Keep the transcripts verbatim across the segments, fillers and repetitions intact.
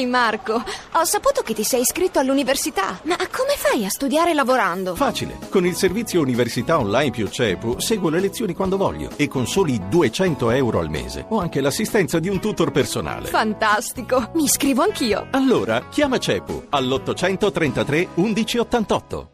Ehi Marco, ho saputo che ti sei iscritto all'università. Ma come fai a studiare lavorando? Facile, con il servizio Università Online più CEPU seguo le lezioni quando voglio e con soli duecento euro al mese ho anche l'assistenza di un tutor personale. Fantastico, mi iscrivo anch'io. Allora chiama CEPU all'ottocentotrentatré undici ottantotto.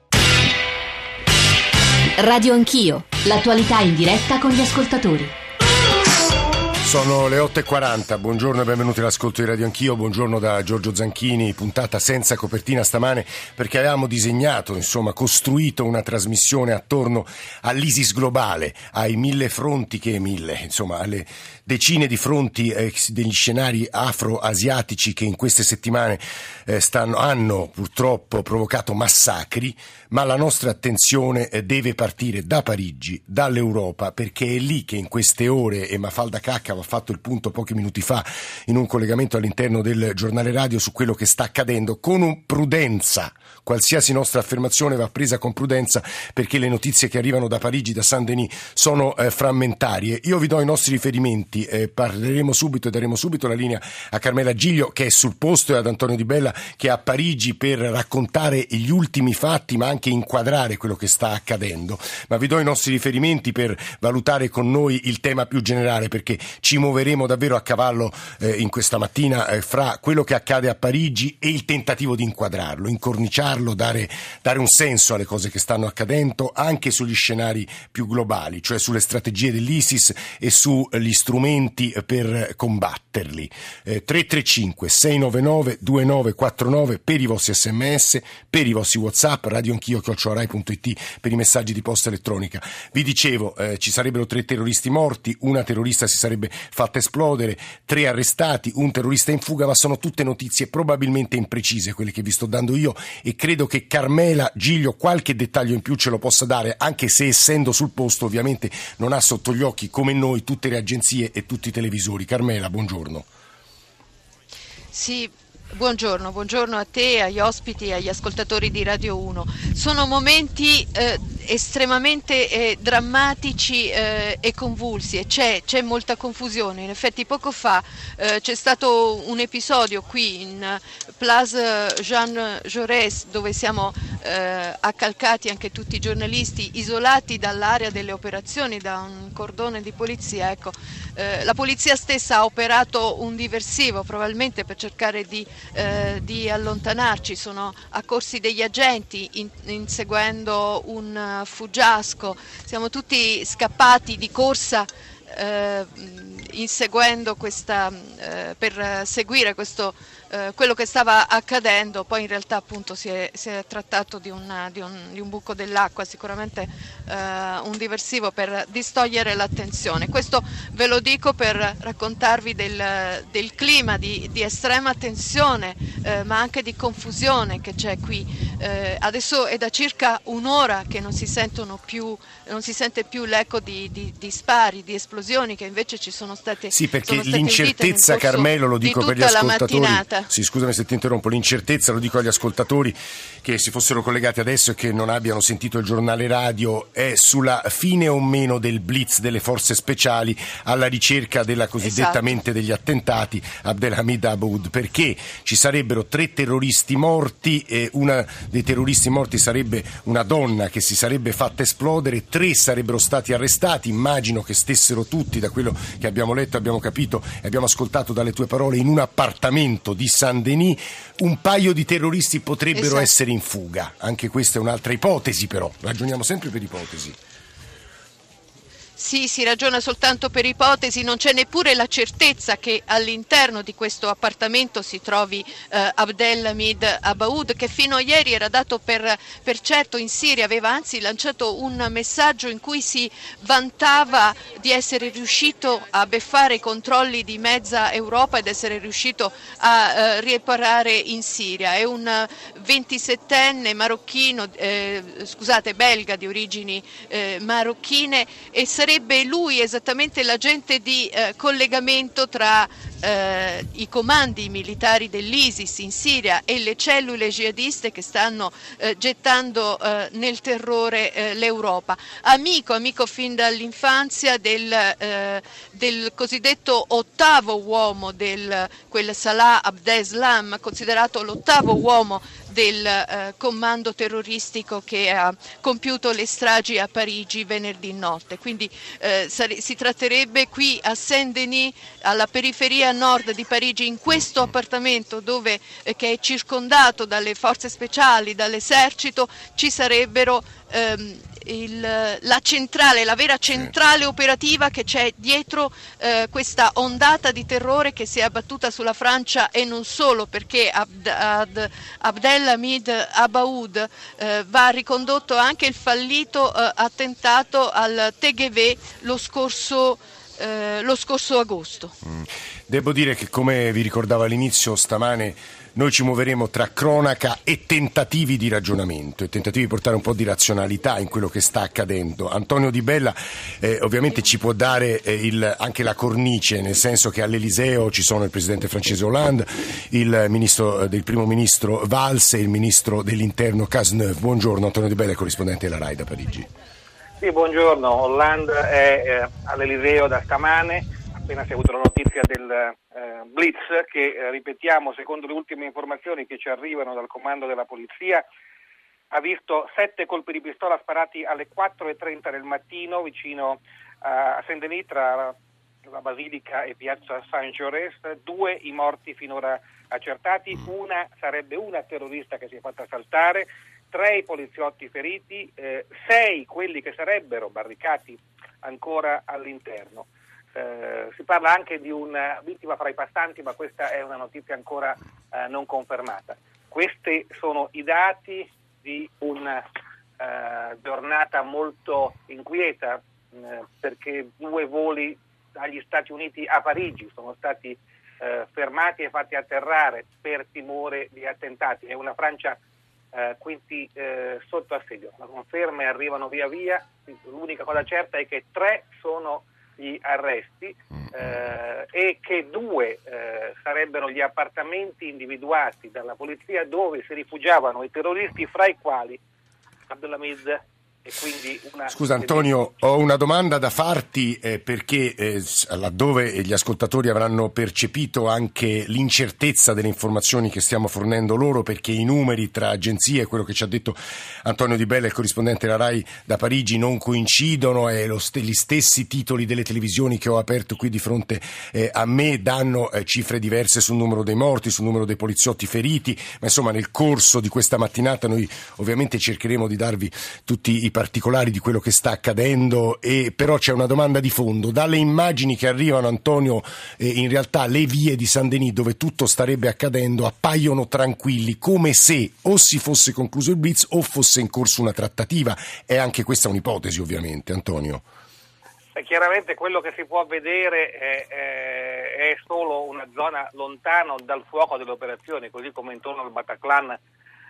Radio Anch'io, l'attualità in diretta con gli ascoltatori. Sono le otto e quaranta, buongiorno e benvenuti all'ascolto di Radio Anch'io, buongiorno da Giorgio Zanchini, puntata senza copertina stamane perché avevamo disegnato, insomma costruito una trasmissione attorno all'ISIS globale, ai mille fronti che mille, insomma alle decine di fronti eh, degli scenari afro-asiatici che in queste settimane eh, stanno, hanno purtroppo provocato massacri, ma la nostra attenzione eh, deve partire da Parigi, dall'Europa, perché è lì che in queste ore, e Mafalda Cacca ha fatto il punto pochi minuti fa in un collegamento all'interno del giornale radio su quello che sta accadendo, con un prudenza. Qualsiasi nostra affermazione va presa con prudenza perché le notizie che arrivano da Parigi, da Saint-Denis, sono eh, frammentarie. Io vi do i nostri riferimenti, eh, parleremo subito e daremo subito la linea a Carmela Giglio che è sul posto e ad Antonio Di Bella che è a Parigi per raccontare gli ultimi fatti ma anche inquadrare quello che sta accadendo. Ma vi do i nostri riferimenti per valutare con noi il tema più generale, perché ci muoveremo davvero a cavallo eh, in questa mattina eh, fra quello che accade a Parigi e il tentativo di inquadrarlo, incorniciarlo, Dare, dare un senso alle cose che stanno accadendo anche sugli scenari più globali, cioè sulle strategie dell'ISIS e sugli strumenti per combatterli. Eh, tre tre cinque sei nove nove due nove quattro nove per i vostri sms, per i vostri WhatsApp, radioanchio chiocciola rai punto it per i messaggi di posta elettronica. Vi dicevo, eh, ci sarebbero tre terroristi morti, una terrorista si sarebbe fatta esplodere, tre arrestati, un terrorista in fuga, ma sono tutte notizie probabilmente imprecise quelle che vi sto dando io e credo che Carmela Giglio qualche dettaglio in più ce lo possa dare, anche se essendo sul posto ovviamente non ha sotto gli occhi come noi tutte le agenzie e tutti i televisori. Carmela, buongiorno. Sì, buongiorno, buongiorno a te, agli ospiti e agli ascoltatori di Radio uno. Sono momenti eh, estremamente eh, drammatici eh, e convulsi e c'è, c'è molta confusione. In effetti poco fa eh, c'è stato un episodio qui in Place Jean Jaurès dove siamo eh, accalcati anche tutti i giornalisti, isolati dall'area delle operazioni, da un cordone di polizia. Ecco, eh, la polizia stessa ha operato un diversivo probabilmente per cercare di, eh, di allontanarci. Sono accorsi degli agenti in, inseguendo un fuggiasco, siamo tutti scappati di corsa eh, inseguendo questa eh, per seguire questo eh, quello che stava accadendo. Poi in realtà appunto si è, si è trattato di, una, di, un, di un buco dell'acqua, sicuramente eh, un diversivo per distogliere l'attenzione. Questo ve lo dico per raccontarvi del, del clima di, di estrema tensione eh, ma anche di confusione che c'è qui. Eh, adesso è da circa un'ora che non si sentono più, non si sente più l'eco di, di, di spari, di esplosioni che invece ci sono state. Sì, perché sono state l'incertezza, Carmelo, lo dico per gli ascoltatori. Sì, scusami se ti interrompo, l'incertezza, lo dico agli ascoltatori che si fossero collegati adesso e che non abbiano sentito il giornale radio, è sulla fine o meno del blitz delle forze speciali alla ricerca della cosiddetta esatto. mente degli attentati Abdelhamid Abaoud, perché ci sarebbero tre terroristi morti e una dei terroristi morti sarebbe una donna che si sarebbe fatta esplodere, tre sarebbero stati arrestati, immagino che stessero tutti, da quello che abbiamo letto, abbiamo capito e abbiamo ascoltato dalle tue parole, in un appartamento di Saint-Denis. Un paio di terroristi potrebbero esatto. essere in fuga, anche questa è un'altra ipotesi, però ragioniamo sempre per ipotesi. Sì, si ragiona soltanto per ipotesi, non c'è neppure la certezza che all'interno di questo appartamento si trovi eh, Abdelhamid Abaoud, che fino a ieri era dato per, per certo in Siria, aveva anzi lanciato un messaggio in cui si vantava di essere riuscito a beffare i controlli di mezza Europa ed essere riuscito a eh, riparare in Siria. È un ventisettenne marocchino, eh, scusate, belga di origini eh, marocchine e sarebbe sarebbe lui esattamente l'agente di eh, collegamento tra eh, i comandi militari dell'ISIS in Siria e le cellule jihadiste che stanno eh, gettando eh, nel terrore eh, l'Europa. Amico, amico fin dall'infanzia del, eh, del cosiddetto ottavo uomo, del, quel Salah Abdeslam, considerato l'ottavo uomo del eh, comando terroristico che ha compiuto le stragi a Parigi venerdì notte. Quindi eh, sare- si tratterebbe qui a Saint-Denis, alla periferia nord di Parigi, in questo appartamento dove, eh, che è circondato dalle forze speciali, dall'esercito, ci sarebbero ehm, il, la centrale, la vera centrale operativa che c'è dietro eh, questa ondata di terrore che si è abbattuta sulla Francia, e non solo, perché Abd, Ad, Abdelhamid Abaoud eh, va ricondotto anche il fallito eh, attentato al T G V lo scorso eh, lo scorso agosto. Mm. Devo dire che, come vi ricordavo all'inizio, stamane noi ci muoveremo tra cronaca e tentativi di ragionamento e tentativi di portare un po' di razionalità in quello che sta accadendo. Antonio Di Bella eh, ovviamente ci può dare eh, il, anche la cornice, nel senso che all'Eliseo ci sono il presidente francese Hollande, il ministro del primo ministro Valls e il ministro dell'interno Cazeneuve. Buongiorno Antonio Di Bella, corrispondente della RAI da Parigi. Sì, buongiorno. Hollande è eh, all'Eliseo da stamane, appena si è avuto la notizia del eh, blitz che, eh, ripetiamo, secondo le ultime informazioni che ci arrivano dal comando della polizia, ha visto sette colpi di pistola sparati alle quattro e trenta del mattino vicino a Saint-Denis, tra la Basilica e Piazza Saint-Jaurès. Due i morti finora accertati, una sarebbe una terrorista che si è fatta saltare, tre i poliziotti feriti, eh, sei quelli che sarebbero barricati ancora all'interno. Eh, si parla anche di una vittima fra i passanti, ma questa è una notizia ancora eh, non confermata. Questi sono i dati di una eh, giornata molto inquieta, eh, perché due voli dagli Stati Uniti a Parigi sono stati eh, fermati e fatti atterrare per timore di attentati. È una Francia eh, quindi eh, sotto assedio. Le conferme arrivano via via, l'unica cosa certa è che tre sono gli arresti eh, e che due eh, sarebbero gli appartamenti individuati dalla polizia dove si rifugiavano i terroristi, fra i quali Abdelhamid. E quindi una... Scusa Antonio, ho una domanda da farti eh, perché eh, laddove gli ascoltatori avranno percepito anche l'incertezza delle informazioni che stiamo fornendo loro, perché i numeri tra agenzie, quello che ci ha detto Antonio Di Bella, il corrispondente della RAI da Parigi, non coincidono, e lo st- gli stessi titoli delle televisioni che ho aperto qui di fronte eh, a me danno eh, cifre diverse sul numero dei morti, sul numero dei poliziotti feriti, ma insomma nel corso di questa mattinata noi ovviamente cercheremo di darvi tutti i particolari di quello che sta accadendo. E però c'è una domanda di fondo: dalle immagini che arrivano, Antonio, eh, in realtà le vie di Saint-Denis dove tutto starebbe accadendo appaiono tranquilli, come se o si fosse concluso il blitz o fosse in corso una trattativa. È anche questa un'ipotesi, ovviamente, Antonio. E chiaramente quello che si può vedere è, è, è solo una zona lontano dal fuoco delle operazioni, così come intorno al Bataclan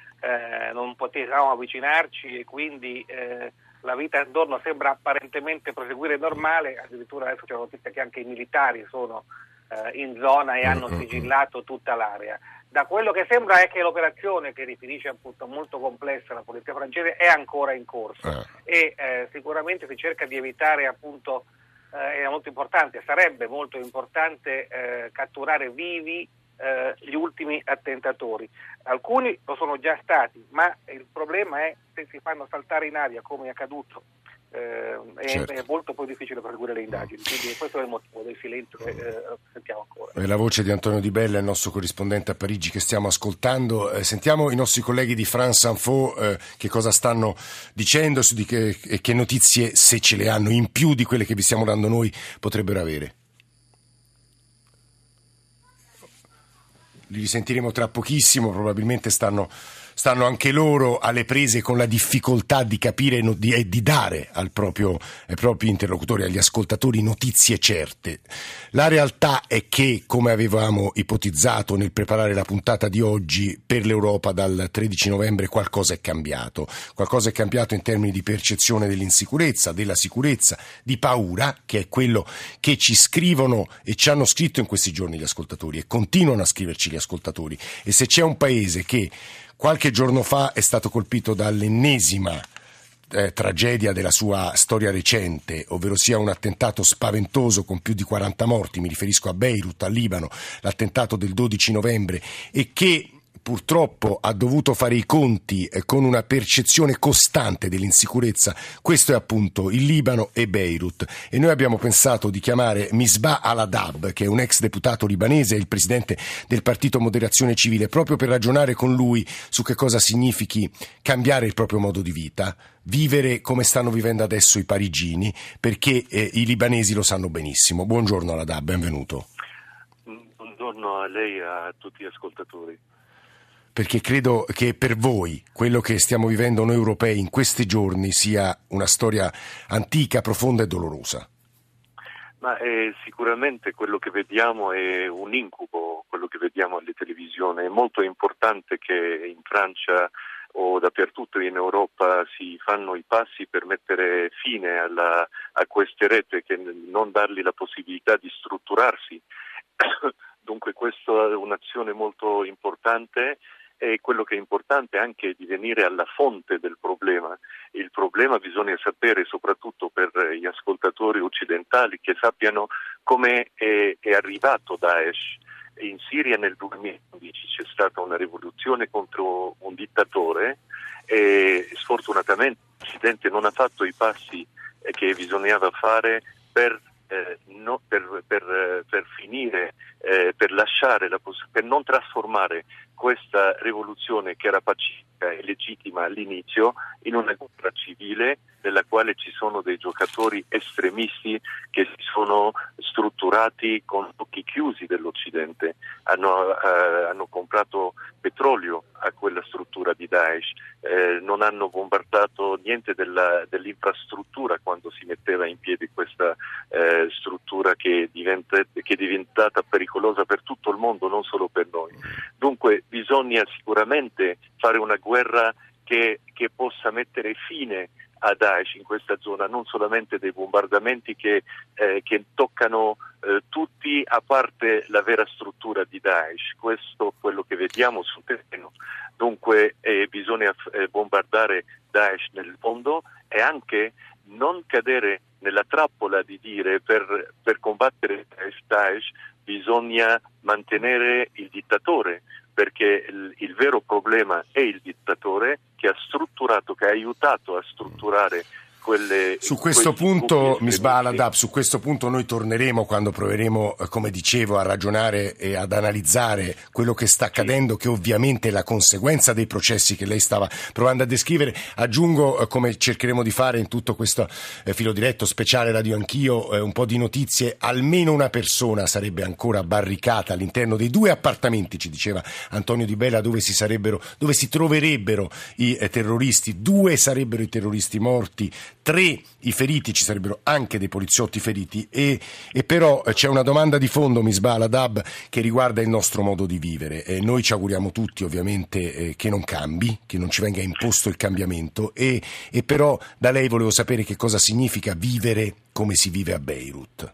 Eh, non potevamo avvicinarci, e quindi eh, la vita intorno sembra apparentemente proseguire normale. Addirittura adesso c'è la notizia che anche i militari sono eh, in zona e hanno sigillato tutta l'area. Da quello che sembra è che l'operazione, che definisce appunto molto complessa la polizia francese, è ancora in corso ah. e eh, sicuramente si cerca di evitare, appunto, eh, è molto importante, sarebbe molto importante eh, catturare vivi Eh, gli ultimi attentatori. Alcuni lo sono già stati, ma il problema è se si fanno saltare in aria, come è accaduto. Eh, certo. è, è molto poi difficile proseguire le indagini, quindi questo è il motivo del silenzio che eh, sentiamo ancora. È la voce di Antonio Di Bella, il nostro corrispondente a Parigi, che stiamo ascoltando. Eh, sentiamo i nostri colleghi di France Info eh, che cosa stanno dicendo, su di che, e che notizie, se ce le hanno, in più di quelle che vi stiamo dando noi, potrebbero avere. Li risentiremo tra pochissimo, probabilmente stanno stanno anche loro alle prese con la difficoltà di capire e di, di dare al proprio, ai propri interlocutori, agli ascoltatori, notizie certe. La realtà è che, come avevamo ipotizzato nel preparare la puntata di oggi, per l'Europa dal tredici novembre qualcosa è cambiato. Qualcosa è cambiato in termini di percezione dell'insicurezza, della sicurezza, di paura, che è quello che ci scrivono e ci hanno scritto in questi giorni gli ascoltatori e continuano a scriverci gli ascoltatori. E se c'è un paese che qualche giorno fa è stato colpito dall'ennesima eh, tragedia della sua storia recente, ovvero sia un attentato spaventoso con più di quaranta morti, mi riferisco a Beirut, al Libano, l'attentato del dodici novembre, e che purtroppo ha dovuto fare i conti con una percezione costante dell'insicurezza, questo è appunto il Libano e Beirut. E noi abbiamo pensato di chiamare Misbah Al-Haddad, che è un ex deputato libanese e il presidente del partito Moderazione Civile, proprio per ragionare con lui su che cosa significhi cambiare il proprio modo di vita, vivere come stanno vivendo adesso i parigini, perché eh, i libanesi lo sanno benissimo. Buongiorno Al-Haddad, benvenuto. Buongiorno a lei e a tutti gli ascoltatori. Perché credo che per voi quello che stiamo vivendo noi europei in questi giorni sia una storia antica, profonda e dolorosa. Ma eh, sicuramente quello che vediamo è un incubo, quello che vediamo alle televisioni. È molto importante che in Francia o dappertutto in Europa si fanno i passi per mettere fine alla, a queste reti, che non dargli la possibilità di strutturarsi. Dunque questa è un'azione molto importante. E quello che è importante è anche di venire alla fonte del problema. Il problema bisogna sapere, soprattutto per gli ascoltatori occidentali, che sappiano come è, è arrivato Daesh. In Siria nel duemilaundici c'è stata una rivoluzione contro un dittatore e sfortunatamente l'Occidente non ha fatto i passi che bisognava fare per Eh, no, per, per, per finire, eh, per lasciare, la poss- per non trasformare questa rivoluzione che era pacifica e legittima all'inizio in una guerra civile nella quale ci sono dei giocatori estremisti che si sono strutturati con occhi chiusi dell'Occidente, hanno, eh, hanno comprato petrolio a quella struttura di Daesh, eh, non hanno bombardato niente della, dell'infrastruttura quando si metteva in piedi questa eh, struttura che, diventa, che è diventata pericolosa per tutto il mondo, non solo per noi. Dunque bisogna sicuramente fare una guerra che, che possa mettere fine a Daesh in questa zona, non solamente dei bombardamenti che, eh, che toccano eh, tutti, a parte la vera struttura di Daesh. Questo è quello che vediamo sul terreno. Dunque eh, bisogna eh, bombardare Daesh nel fondo e anche non cadere nella trappola di dire per, per combattere Daesh, Daesh bisogna mantenere il dittatore, perché il, il vero problema è il dittatore che ha strutturato, che ha aiutato a strutturare quelle... Su questo punto, Misbah Al-Haddad, su questo punto noi torneremo quando proveremo, come dicevo, a ragionare e ad analizzare quello che sta accadendo, sì, che ovviamente è la conseguenza dei processi che lei stava provando a descrivere. Aggiungo, come cercheremo di fare in tutto questo eh, filo diretto speciale Radio Anch'io, eh, un po' di notizie. Almeno una persona sarebbe ancora barricata all'interno dei due appartamenti, ci diceva Antonio Di Bella, dove si sarebbero, dove si troverebbero i eh, terroristi. Due sarebbero i terroristi morti, tre i feriti, ci sarebbero anche dei poliziotti feriti, e, e però c'è una domanda di fondo, Misbah Al-Haddad, che riguarda il nostro modo di vivere. E noi ci auguriamo tutti ovviamente eh, che non cambi, che non ci venga imposto il cambiamento, e, e però da lei volevo sapere che cosa significa vivere come si vive a Beirut.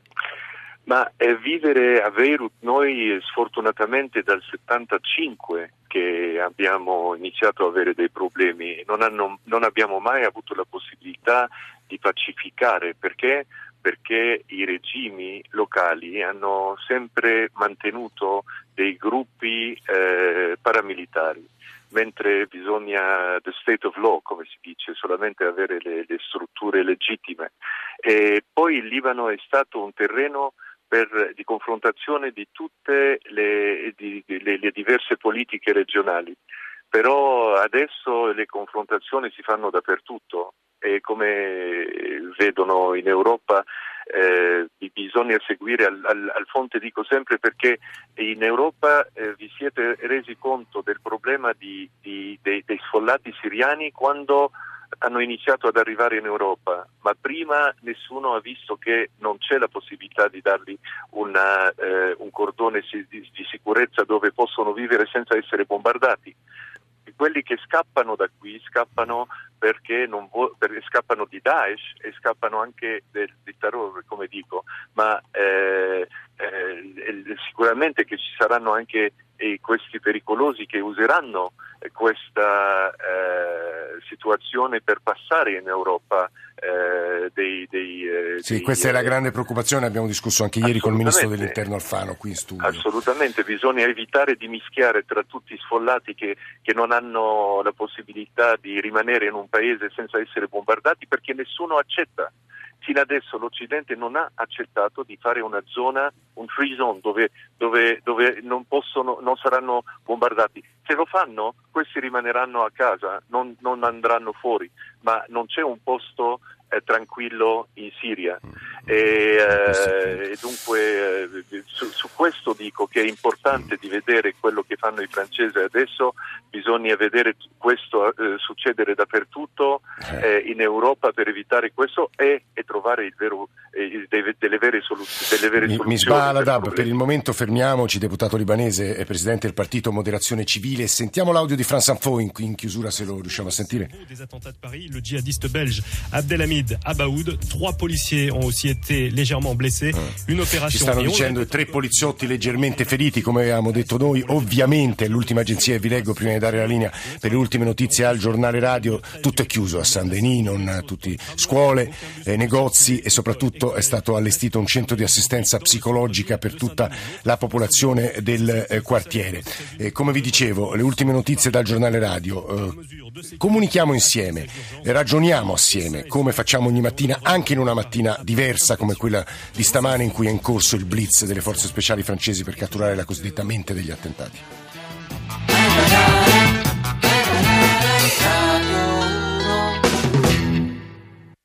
Ma eh, vivere a Beirut, noi sfortunatamente dal settantacinque che abbiamo iniziato a avere dei problemi, non, hanno, non abbiamo mai avuto la possibilità di pacificare. Perché? Perché i regimi locali hanno sempre mantenuto dei gruppi eh, paramilitari, mentre bisogna the state of law, come si dice, solamente avere le, le strutture legittime. E poi il Libano è stato un terreno per, di confrontazione di tutte le, di, le, le diverse politiche regionali, però adesso le confrontazioni si fanno dappertutto e come vedono in Europa eh, bisogna seguire al, al, al fonte, dico sempre, perché in Europa eh, vi siete resi conto del problema di, di, dei, dei sfollati siriani quando hanno iniziato ad arrivare in Europa, ma prima nessuno ha visto che non c'è la possibilità di dargli una, eh, un cordone di, di sicurezza dove possono vivere senza essere bombardati. E quelli che scappano da qui scappano perché, non vo- perché scappano di Daesh e scappano anche del, del terrore, come dico, ma eh, eh, sicuramente che ci saranno anche eh, questi pericolosi che useranno eh, questa eh, situazione per passare in Europa. Eh, dei, dei, eh, sì, dei, questa eh, è la grande preoccupazione, abbiamo discusso anche ieri col Ministro dell'Interno Alfano qui in studio. Assolutamente, bisogna evitare di mischiare tra tutti i sfollati che, che non hanno la possibilità di rimanere in un paese senza essere bombardati, perché nessuno accetta. Fino adesso l'Occidente non ha accettato di fare una zona, un free zone, dove, dove, dove non possono, non saranno bombardati. Se lo fanno, questi rimaneranno a casa, non, non andranno fuori, ma non c'è un posto eh, tranquillo in Siria. E, eh, e dunque eh, su, su questo dico che è importante di vedere quello che fanno i francesi adesso, bisogna vedere questo eh, succedere dappertutto eh, in Europa per evitare questo e, e trovare il vero, eh, delle, delle vere, soluz- delle vere mi, soluzioni. Mi sbala Dab, per il momento fermiamoci, deputato libanese e presidente del partito Moderazione Civile. Sentiamo l'audio di France Info in, in chiusura, se lo riusciamo a sentire. Des attentats de Paris, le djihadiste belge Abdelhamid Abaoud, trois policiers ont aussi été légèrement blessés. Une opération. Ci stanno dicendo tre poliziotti leggermente feriti, come avevamo detto noi. Ovviamente l'ultima agenzia che vi leggo prima di dare la linea per le ultime notizie al giornale radio, tutto è chiuso a Saint-Denis, non tutti, scuole, eh, negozi, e soprattutto è stato allestito un centro di assistenza psicologica per tutta la popolazione del eh, quartiere. Eh, come vi dicevo, le ultime notizie dal giornale radio. Eh, comunichiamo insieme, ragioniamo assieme, come facciamo ogni mattina, anche in una mattina diversa come quella di stamane in cui è in corso il blitz delle forze speciali francesi per catturare la cosiddetta mente degli attentati.